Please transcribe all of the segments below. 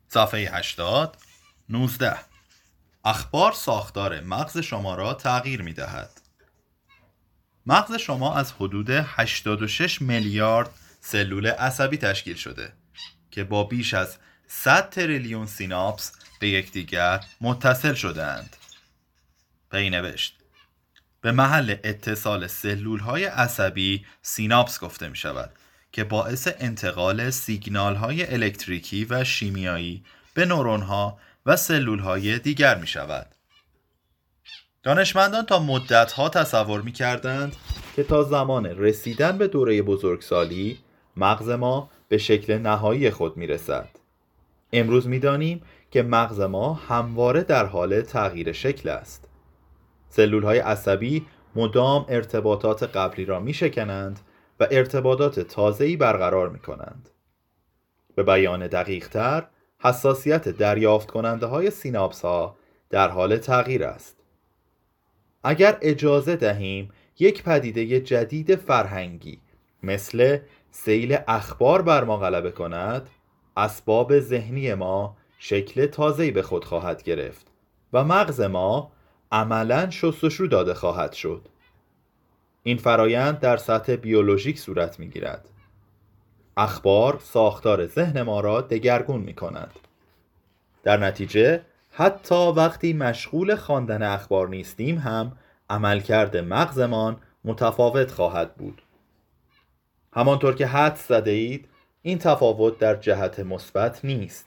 صفحه 80 19. اخبار ساختار مغز شما را تغییر می دهد. مغز شما از حدود 86 میلیارد سلول عصبی تشکیل شده که با بیش از 100 تریلیون سیناپس به یکدیگر متصل شده‌اند. پینوشت: به محل اتصال سلول‌های عصبی سیناپس گفته می شود که باعث انتقال سیگنال‌های الکتریکی و شیمیایی به نورون‌ها و سلول‌های دیگر می شود. دانشمندان تا مدت‌ها تصور می کردند که تا زمان رسیدن به دوره بزرگسالی مغز ما به شکل نهایی خود می رسد. امروز می دانیم که مغز ما همواره در حال تغییر شکل است. سلول‌های عصبی مدام ارتباطات قبلی را می شکنند و ارتباطات تازه‌ای برقرار می کنند. به بیان دقیق‌تر، حساسیت دریافت کننده های سیناپس ها در حال تغییر است. اگر اجازه دهیم یک پدیده جدید فرهنگی مثل سیل اخبار بر ما غلبه کند، اسباب ذهنی ما شکل تازه‌ای به خود خواهد گرفت و مغز ما عملاً شستشو داده خواهد شد. این فرایند در سطح بیولوژیک صورت می‌گیرد. اخبار ساختار ذهن ما را دگرگون می‌کند. در نتیجه حتی وقتی مشغول خواندن اخبار نیستیم هم عملکرد مغزمان متفاوت خواهد بود. همانطور که حدس زده اید، این تفاوت در جهت مثبت نیست.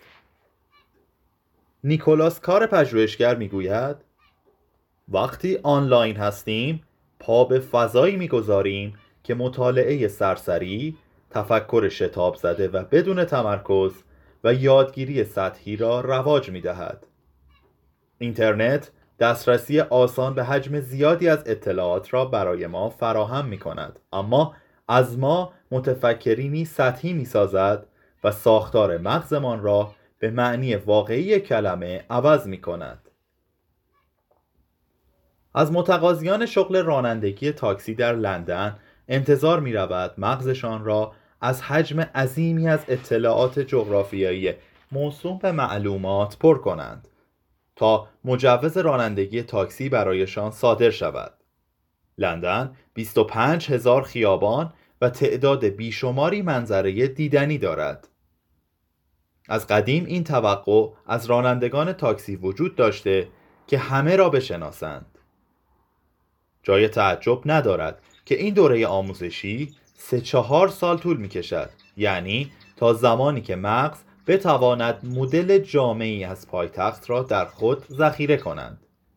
نیکولاس کار پژوهشگر میگوید وقتی آنلاین هستیم پا به فضایی میگذاریم که مطالعه سرسری، تفکر شتاب زده و بدون تمرکز و یادگیری سطحی را رواج می‌دهد. اینترنت دسترسی آسان به حجم زیادی از اطلاعات را برای ما فراهم می‌کند، اما از ما متفکرینی سطحی می‌سازد و ساختار مغزمان را به معنی واقعی کلمه عوض می‌کند. از متقاضیان شغل رانندگی تاکسی در لندن انتظار می‌رود مغزشان را از حجم عظیمی از اطلاعات جغرافیایی موسوم به معلومات پر کنند تا مجوز رانندگی تاکسی برایشان صادر شود. لندن 25,000 خیابان و تعداد بیشماری منظره دیدنی دارد. از قدیم این توقع از رانندگان تاکسی وجود داشته که همه را بشناسند. جای تعجب ندارد که این دوره آموزشی 3-4 سال طول می کشد، یعنی تا زمانی که مغز بتواند مدل جامعی از پایتخت را در خود ذخیره کنند.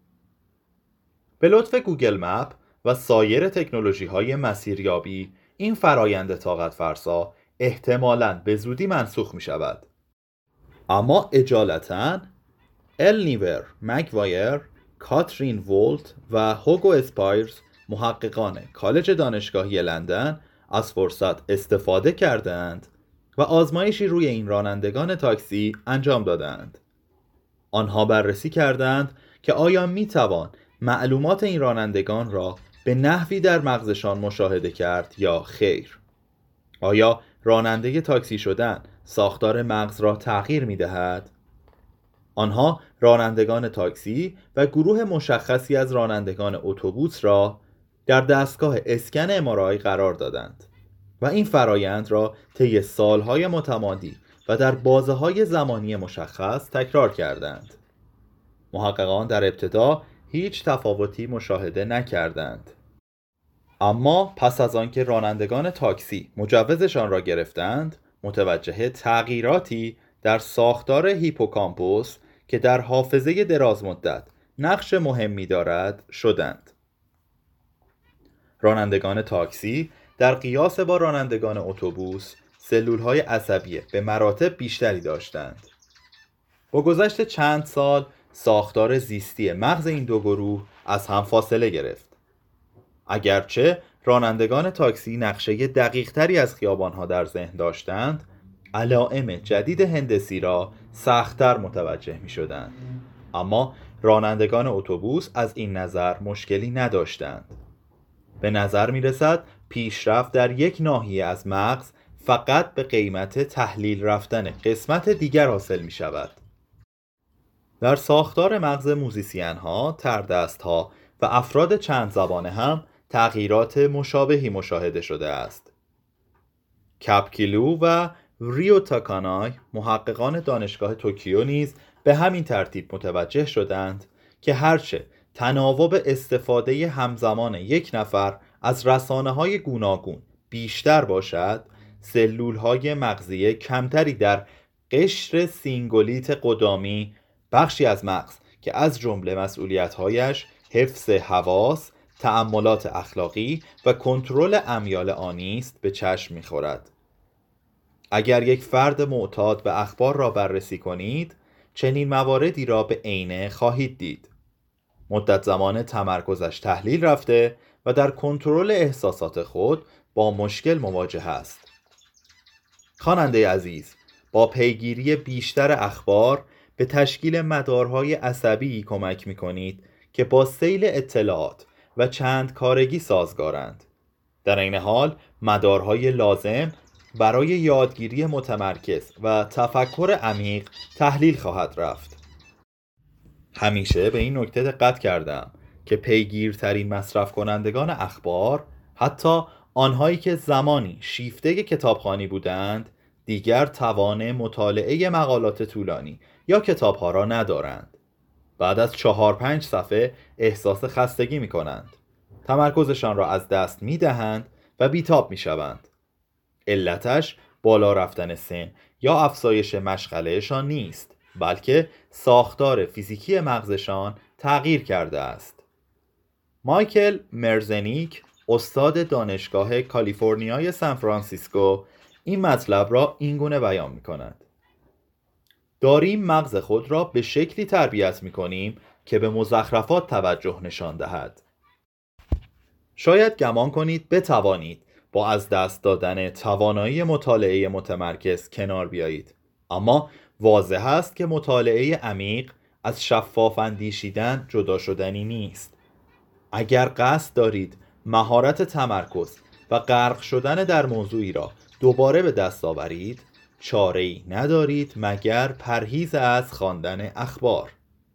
به لطف گوگل مپ و سایر تکنولوژی های مسیریابی این فرایند طاقت فرسا احتمالاً به زودی منسوخ می شود. اما اجالتاً النیور مگوایر، کاترین وولت و هوگو اسپایرز محققان کالج دانشگاهی لندن از فرصت استفاده کردند و آزمایشی روی این رانندگان تاکسی انجام دادند. آنها بررسی کردند که آیا میتوان معلومات این رانندگان را به نحوی در مغزشان مشاهده کرد یا خیر. آیا راننده تاکسی شدن ساختار مغز را تغییر میدهد؟ آنها رانندگان تاکسی و گروه مشخصی از رانندگان اتوبوس را در دستگاه اسکن MRI قرار دادند و این فرایند را طی سالهای متمادی و در بازه‌های زمانی مشخص تکرار کردند. محققان در ابتدا هیچ تفاوتی مشاهده نکردند. اما پس از آنکه رانندگان تاکسی مجوزشان را گرفتند، متوجه تغییراتی در ساختار هیپوکامپوس که در حافظه دراز مدت نقش مهمی دارد شدند. رانندگان تاکسی در قیاس با رانندگان اتوبوس سلول‌های عصبی به مراتب بیشتری داشتند. با گذشت چند سال ساختار زیستی مغز این دو گروه از هم فاصله گرفت. اگرچه رانندگان تاکسی نقشه دقیق‌تری از خیابان‌ها در ذهن داشتند، علائم جدید هندسی را سخت‌تر متوجه می‌شدند. اما رانندگان اتوبوس از این نظر مشکلی نداشتند. به نظر می‌رسد پیشرفت در یک ناحیه از مغز فقط به قیمت تحلیل رفتن قسمت دیگر حاصل می شود. در ساختار مغز موزیسین ها، تردست ها و افراد چند زبانه هم تغییرات مشابهی مشاهده شده است. کپکیلو و ریو تاکانای، محققان دانشگاه توکیو، نیز به همین ترتیب متوجه شدند که هرچه تناوب استفاده همزمان یک نفر از رسانه‌های گوناگون بیشتر باشد، سلول‌های مغزی کمتری در قشر سینگولیت قدامی، بخشی از مغز که از جمله مسئولیت‌هایش حفظ حواس، تأملات اخلاقی و کنترل امیال آنی است، به چشم می‌خورد. اگر یک فرد معتاد به اخبار را بررسی کنید، چنین مواردی را به عینه خواهید دید. مدت زمان تمرکزش تحلیل رفته و در کنترل احساسات خود با مشکل مواجه است. خواننده عزیز، با پیگیری بیشتر اخبار به تشکیل مدارهای عصبی کمک می‌کنید که با سیل اطلاعات و چند کارگی سازگارند. در این حال مدارهای لازم برای یادگیری متمرکز و تفکر عمیق تحلیل خواهد رفت. همیشه به این نکته دقت کردم که پیگیرترین مصرف کنندگان اخبار، حتی آنهایی که زمانی شیفته کتابخوانی بودند، دیگر توان مطالعه مقالات طولانی یا کتابها را ندارند. بعد از 4-5 صفحه احساس خستگی می کنند. تمرکزشان را از دست می دهند و بیتاب می شوند. علتش بالا رفتن سن یا افزایش مشغلهشان نیست، بلکه ساختار فیزیکی مغزشان تغییر کرده است. مایکل مرزنیک، استاد دانشگاه کالیفرنیای سان فرانسیسکو، این مطلب را اینگونه بیان می کند: داریم مغز خود را به شکلی تربیت می کنیم که به مزخرفات توجه نشان دهد. شاید گمان کنید بتوانید با از دست دادن توانایی مطالعه متمرکز کنار بیایید، اما واضح است که مطالعه عمیق از شفاف اندیشیدن جدا شدنی نیست. اگر قصد دارید مهارت تمرکز و غرق شدن در موضوعی را دوباره به دست آورید، چاره‌ای ندارید مگر پرهیز از خواندن اخبار.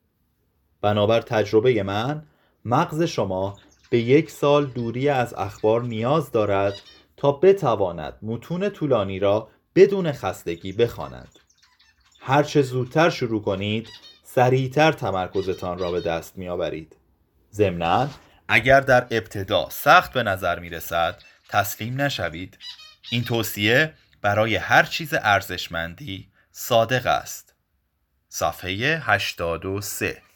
بنابر تجربه من، مغز شما به 1 سال دوری از اخبار نیاز دارد تا بتواند متون طولانی را بدون خستگی بخواند. هرچه زودتر شروع کنید، سریعتر تمرکزتان را به دست می‌آورید. ضمناً اگر در ابتدا سخت به نظر می‌رسد، تسلیم نشوید. این توصیه برای هر چیز ارزشمندی صادق است. صفحه 83.